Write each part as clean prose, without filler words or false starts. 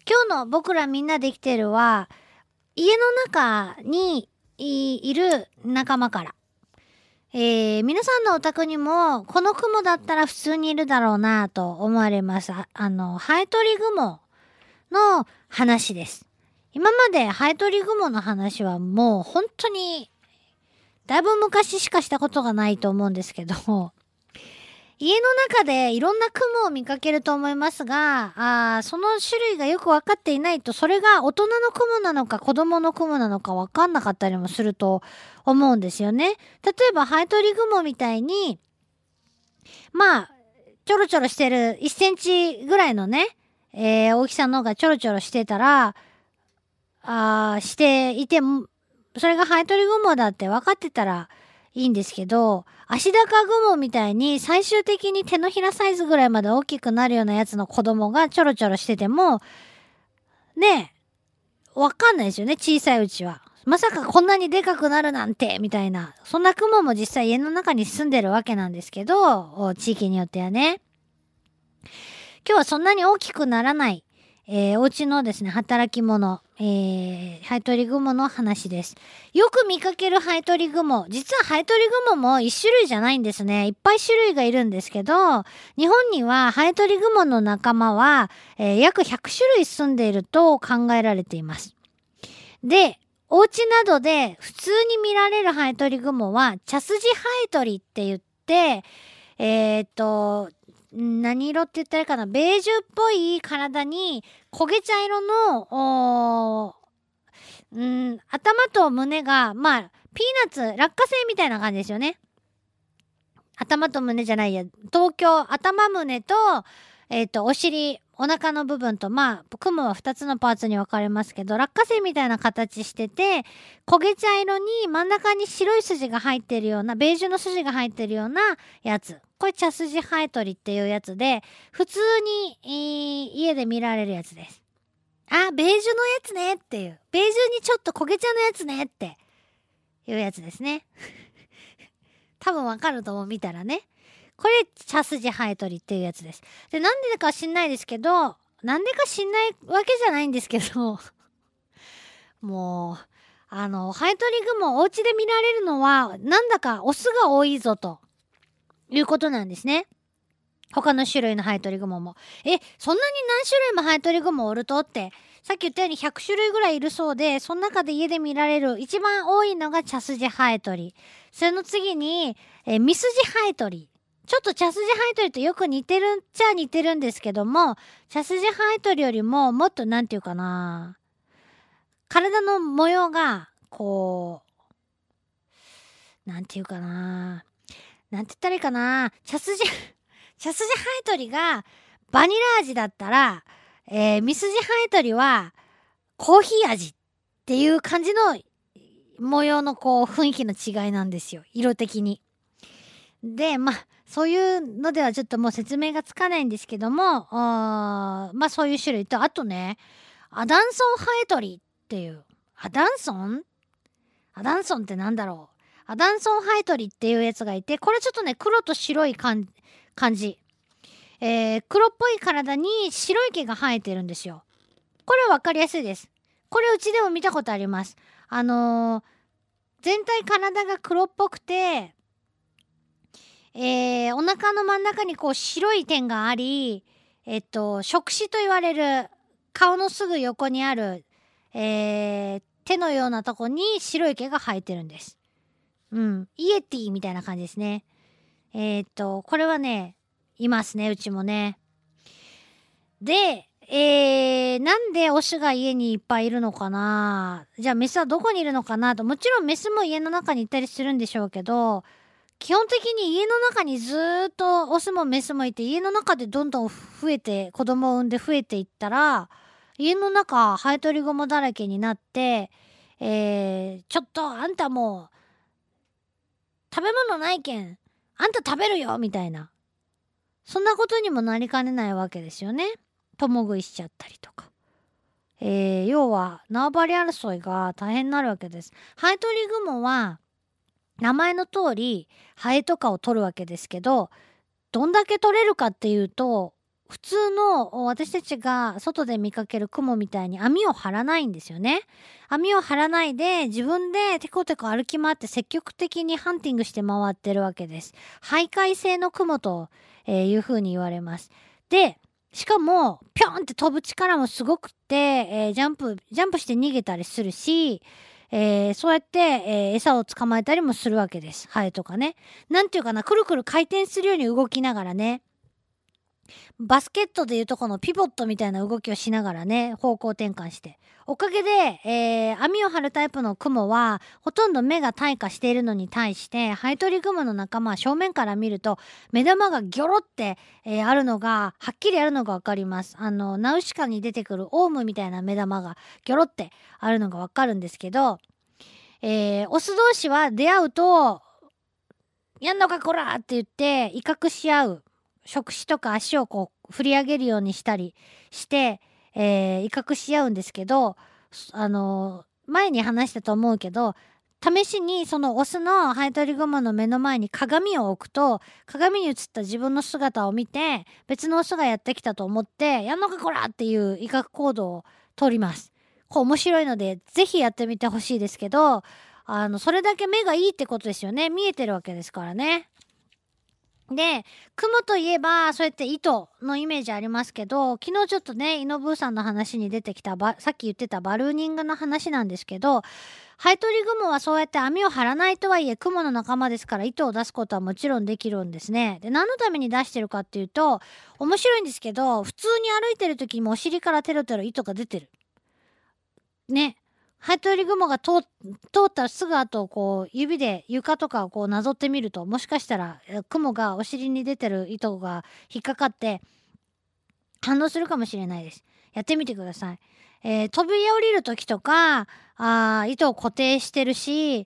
今日の僕らみんなで生きてるは、家の中にいる仲間から。皆さんのお宅にも、この雲だったら普通にいるだろうなと思われます。ハエトリグモの話です。今までハエトリグモの話はもう本当に、だいぶ昔しかしたことがないと思うんですけど、家の中でいろんな雲を見かけると思いますが、その種類がよくわかっていないと、それが大人の雲なのか子供の雲なのかわかんなかったりもすると思うんですよね。例えば、ハエトリグモみたいに、まあ、ちょろちょろしてる1センチぐらいのね、大きさのがちょろちょろしてたら、していても、それがハエトリグモだって分かってたらいいんですけど、アシダカグモみたいに最終的に手のひらサイズぐらいまで大きくなるようなやつの子供がちょろちょろしてても、ねえ、わかんないですよね、小さいうちは。まさかこんなにでかくなるなんて、みたいな。そんなクモも実際家の中に住んでるわけなんですけど、地域によってはね。今日はそんなに大きくならない、お家のですね、働き者、ハエトリグモの話です。よく見かけるハエトリグモ。実はハエトリグモも一種類じゃないんですね。いっぱい種類がいるんですけど、日本にはハエトリグモの仲間は、約100種類住んでいると考えられています。で、お家などで普通に見られるハエトリグモは、茶筋ハエトリって言って、何色って言ったらいいかな、ベージュっぽい体に焦げ茶色の、頭と胸が、まあ、ピーナッツ、落花生みたいな感じですよね。頭と胸じゃないや、頭胸と、お尻、お腹の部分と、まあ、雲は2つのパーツに分かれますけど、落花生みたいな形してて、焦げ茶色に真ん中に白い筋が入ってるような、ベージュの筋が入ってるようなやつ。これ茶筋ハエトリっていうやつで、普通に、家で見られるやつです。あ、ベージュのやつねっていう。ベージュにちょっと焦げ茶のやつねっていうやつですね。多分わかると思う、見たらね。これ、茶筋ハエトリっていうやつです。で、なんでか知んないですけど、なんでか知んないわけじゃないんですけど、もう、ハエトリグモお家で見られるのは、なんだかオスが多いぞということなんですね。他の種類のハエトリグモも。そんなに何種類もハエトリグモおるとって、さっき言ったように100種類ぐらいいるそうで、その中で家で見られる一番多いのが茶筋ハエトリ。それの次に、ミスジハエトリ。ちょっと茶筋ハエトリとよく似てるっちゃ似てるんですけども、茶筋ハエトリよりももっとなんていうかな、体の模様が、こう、なんていうかな、なんて言ったらいいかな、茶筋ハエトリがバニラ味だったら、ミスジハエトリはコーヒー味っていう感じの模様のこう雰囲気の違いなんですよ。色的に。で、まあ、そういうのではちょっともう説明がつかないんですけども、まあそういう種類と、あとね、アダンソンハエトリっていう、アダンソンってなんだろう。アダンソンハエトリっていうやつがいて、これちょっとね、黒と白い感じ。黒っぽい体に白い毛が生えてるんですよ。これはわかりやすいです。これうちでも見たことあります。全体体が黒っぽくて、お腹の真ん中にこう白い点があり、触手と言われる顔のすぐ横にある、手のようなとこに白い毛が生えてるんです。うん。イエティみたいな感じですね。これはね、いますね、うちもね。で、なんでオスが家にいっぱいいるのかな、じゃあメスはどこにいるのかなと、もちろんメスも家の中にいたりするんでしょうけど、基本的に家の中にずーっとオスもメスもいて、家の中でどんどん増えて、子供を産んで増えていったら、家の中、ハエトリグモだらけになって、ちょっとあんたもう、食べ物ないけん、あんた食べるよみたいな。そんなことにもなりかねないわけですよね。共食いしちゃったりとか。要は、縄張り争いが大変になるわけです。ハエトリグモは、名前の通り、ハエとかを取るわけですけど、どんだけ取れるかっていうと、 普通の私たちが外で見かけるクモみたいに網を張らないんですよね。網を張らないで自分でテコテコ歩き回って積極的にハンティングして回ってるわけです。徘徊性のクモという風に言われます。で、しかもピョンって飛ぶ力もすごくて、ジャンプして逃げたりするし、そうやって、餌を捕まえたりもするわけです。ハエとかね。なんていうかな、くるくる回転するように動きながらね。バスケットでいうとこのピボットみたいな動きをしながらね、方向転換して。おかげで、網を張るタイプのクモは、ほとんど目が退化しているのに対して、ハエトリグモの仲間は正面から見ると、目玉がギョロって、あるのが、はっきりあるのがわかります。ナウシカに出てくるオウムみたいな目玉がギョロってあるのがわかるんですけど、オス同士は出会うと、やんのかこらって言って威嚇し合う。触手とか足をこう振り上げるようにしたりして、威嚇し合うんですけど、前に話したと思うけど、試しにそのオスのハエトリグモの目の前に鏡を置くと、鏡に映った自分の姿を見て、別のオスがやってきたと思って、やんのかこらっていう威嚇行動を取ります。こう面白いので、ぜひやってみてほしいですけど、それだけ目がいいってことですよね。見えてるわけですからね。で、雲といえば、そうやって糸のイメージありますけど、昨日ちょっとね、イノブーさんの話に出てきたさっき言ってたバルーニングの話なんですけど、ハエトリグモはそうやって網を張らないとはいえ、雲の仲間ですから糸を出すことはもちろんできるんですね。で、何のために出してるかっていうと、面白いんですけど、普通に歩いてる時にもお尻からテロテロ糸が出てる。ね。ハエトリグモが通ったすぐ後、こう、指で床とかをこうなぞってみると、もしかしたら、クモがお尻に出てる糸が引っかかって反応するかもしれないです。やってみてください。飛び降りる時とか、糸を固定してるし、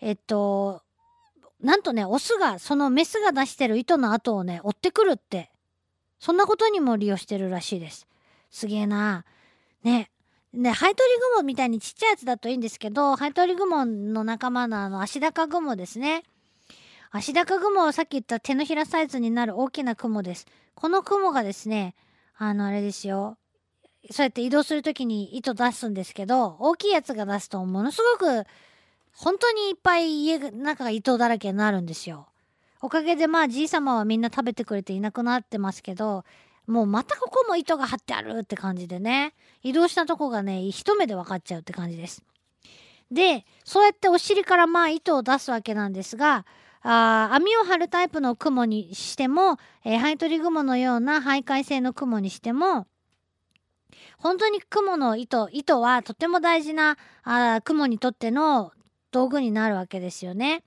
なんとね、オスが、そのメスが出してる糸の後をね、追ってくるって、そんなことにも利用してるらしいです。すげえな。ね。で、ハエトリグモみたいにちっちゃいやつだといいんですけど、ハエトリグモの仲間のアシダカグモですね。アシダカグモはさっき言った手のひらサイズになる大きなクモです。このクモがですね、あれですよ。そうやって移動するときに糸出すんですけど、大きいやつが出すとものすごく、本当にいっぱい家が、中が糸だらけになるんですよ。おかげでまあじいさまはみんな食べてくれていなくなってますけど、もうまたここも糸が張ってあるって感じでね、移動したとこがね、一目で分かっちゃうって感じです。で、そうやってお尻からまあ糸を出すわけなんですが、網を張るタイプのクモにしても、ハエトリグモのような徘徊性のクモにしても、本当にクモの糸はとても大事なクモにとっての道具になるわけですよね。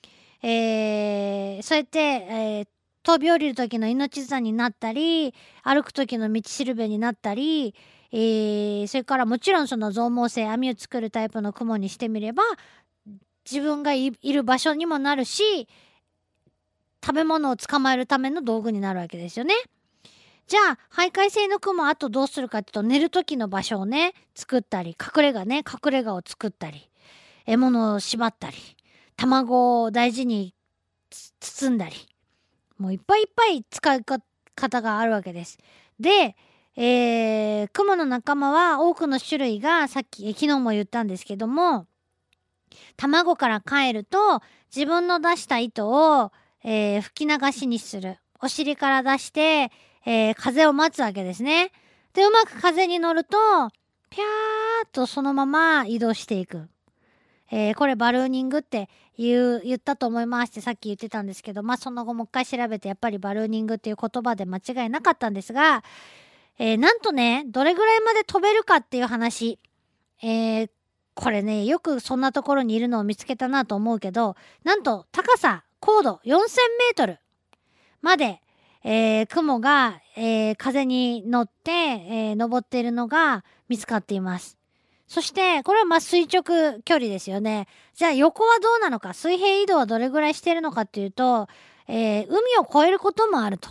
そうやって、飛び降りる時の命綱になったり、歩く時の道しるべになったり、それからもちろんその増毛性、網を作るタイプの雲にしてみれば、自分がいる場所にもなるし、食べ物を捕まえるための道具になるわけですよね。じゃあ、徘徊性の雲あとどうするかっていうと、寝る時の場所をね、作ったり、隠れ家を作ったり、獲物を縛ったり、卵を大事に包んだり、もういっぱいいっぱい使い方があるわけです。で、クモの仲間は多くの種類が昨日も言ったんですけども、卵から帰ると自分の出した糸を、吹き流しにする。お尻から出して、風を待つわけですね。で、うまく風に乗ると、ぴゃーっとそのまま移動していく。これバルーニングって言ったと思いますってさっき言ってたんですけど、まあその後もう一回調べてやっぱりバルーニングっていう言葉で間違いなかったんですが、なんとね、どれぐらいまで飛べるかっていう話。これね、よくそんなところにいるのを見つけたなと思うけど、なんと高さ、高度4000メートルまで、雲が、風に乗って、登っているのが見つかっています。そして、これはまあ垂直距離ですよね。じゃあ横はどうなのか、水平移動はどれぐらいしているのかっていうと、海を越えることもあると。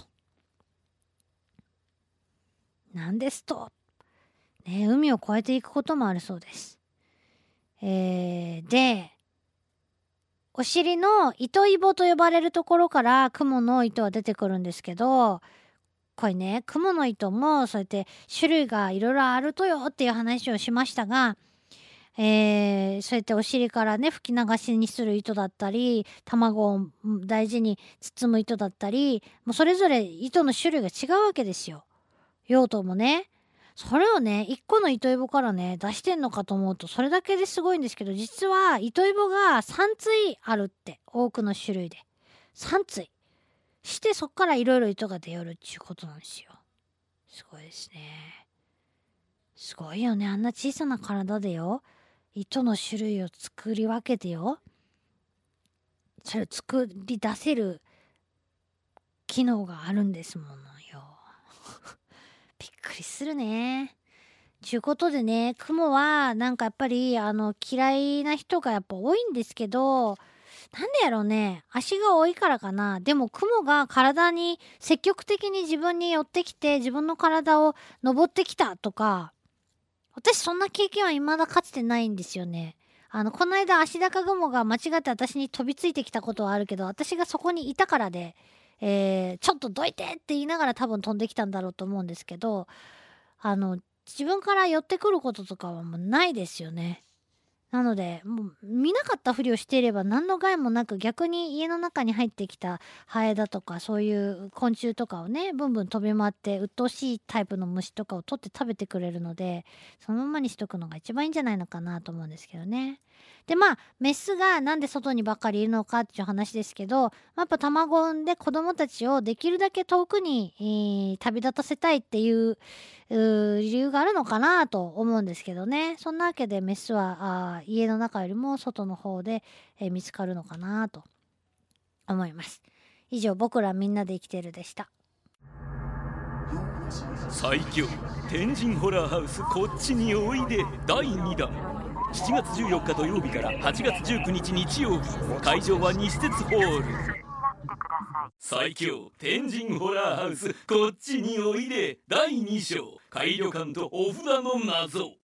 なんですと。ね、海を越えていくこともあるそうです。で、お尻の糸イボと呼ばれるところから雲の糸は出てくるんですけど、 ごいね、クモの糸もそうやって種類がいろいろあるとよっていう話をしましたが、そうやってお尻からね吹き流しにする糸だったり、卵を大事に包む糸だったり、もうそれぞれ糸の種類が違うわけですよ。用途もね。それをね、1個の糸イボからね、出してんのかと思うと、それだけですごいんですけど、実は糸イボが3対あるって、多くの種類で。3対。してそっからいろいろ糸が出よるっていうことなんですよ。すごいですね。すごいよね。あんな小さな体でよ。糸の種類を作り分けてよ。それを作り出せる機能があるんですものよ。びっくりするね。ちゅうことでね、雲はなんかやっぱり嫌いな人がやっぱ多いんですけど、なんでやろうね。足が多いからかな。でも雲が体に積極的に自分に寄ってきて自分の体を登ってきたとか、私そんな経験は未だかつてないんですよね。この間足高雲が間違って私に飛びついてきたことはあるけど、私がそこにいたからで、ちょっとどいてって言いながら多分飛んできたんだろうと思うんですけど、自分から寄ってくることとかはもうないですよね。なので、もう見なかったふりをしていれば何の害もなく、逆に家の中に入ってきたハエだとかそういう昆虫とかをね、ブンブン飛び回って鬱陶しいタイプの虫とかを取って食べてくれるので、そのままにしとくのが一番いいんじゃないのかなと思うんですけどね。でメスがなんで外にばっかりいるのかっていう話ですけど、やっぱ卵を産んで子供たちをできるだけ遠くに、旅立たせたいっていう理由があるのかなと思うんですけどね。そんなわけでメスは家の中よりも外の方で、見つかるのかなと思います。以上、僕らみんなで生きてるでした。 最強天神ホラーハウスこっちにおいで第2弾、7月14日土曜日から8月19日日曜日、会場は西鉄ホール。最強天神ホラーハウスこっちにおいで第2章、怪旅館とお札の謎。